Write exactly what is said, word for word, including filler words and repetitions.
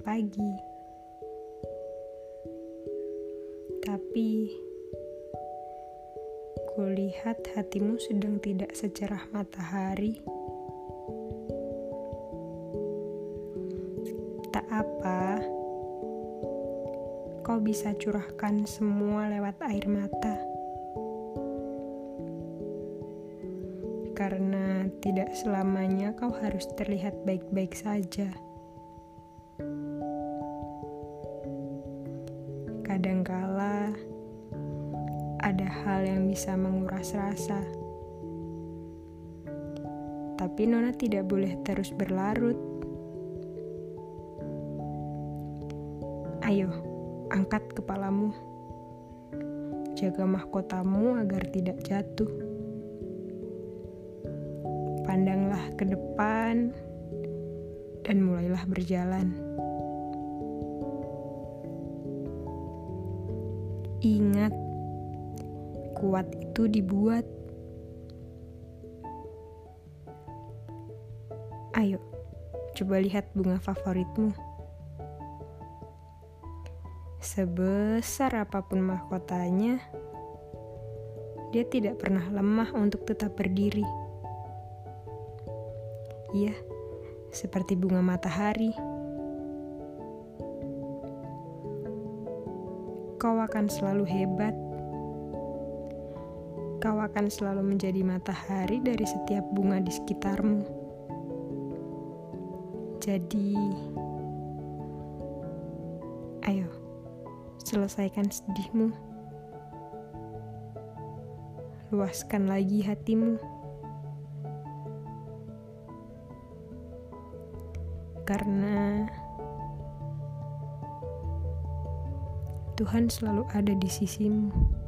pagi. Tapi kulihat hatimu sedang tidak secerah matahari. Tak apa, kau bisa curahkan semua lewat air mata. Karena tidak selamanya kau harus terlihat baik-baik saja. Kadangkala ada hal yang bisa menguras rasa. Tapi Nona tidak boleh terus berlarut. Ayo, angkat kepalamu. Jaga mahkotamu agar tidak jatuh. Pandanglah ke depan dan mulailah berjalan. Ingat, kuat itu dibuat. Ayo, coba lihat bunga favoritmu. Sebesar apapun mahkotanya, dia tidak pernah lemah untuk tetap berdiri. Iya, seperti bunga matahari. Kau akan selalu hebat. Kau akan selalu menjadi matahari dari setiap bunga di sekitarmu. Jadi, ayo, selesaikan sedihmu. Luaskan lagi hatimu. Karena Tuhan selalu ada di sisimu.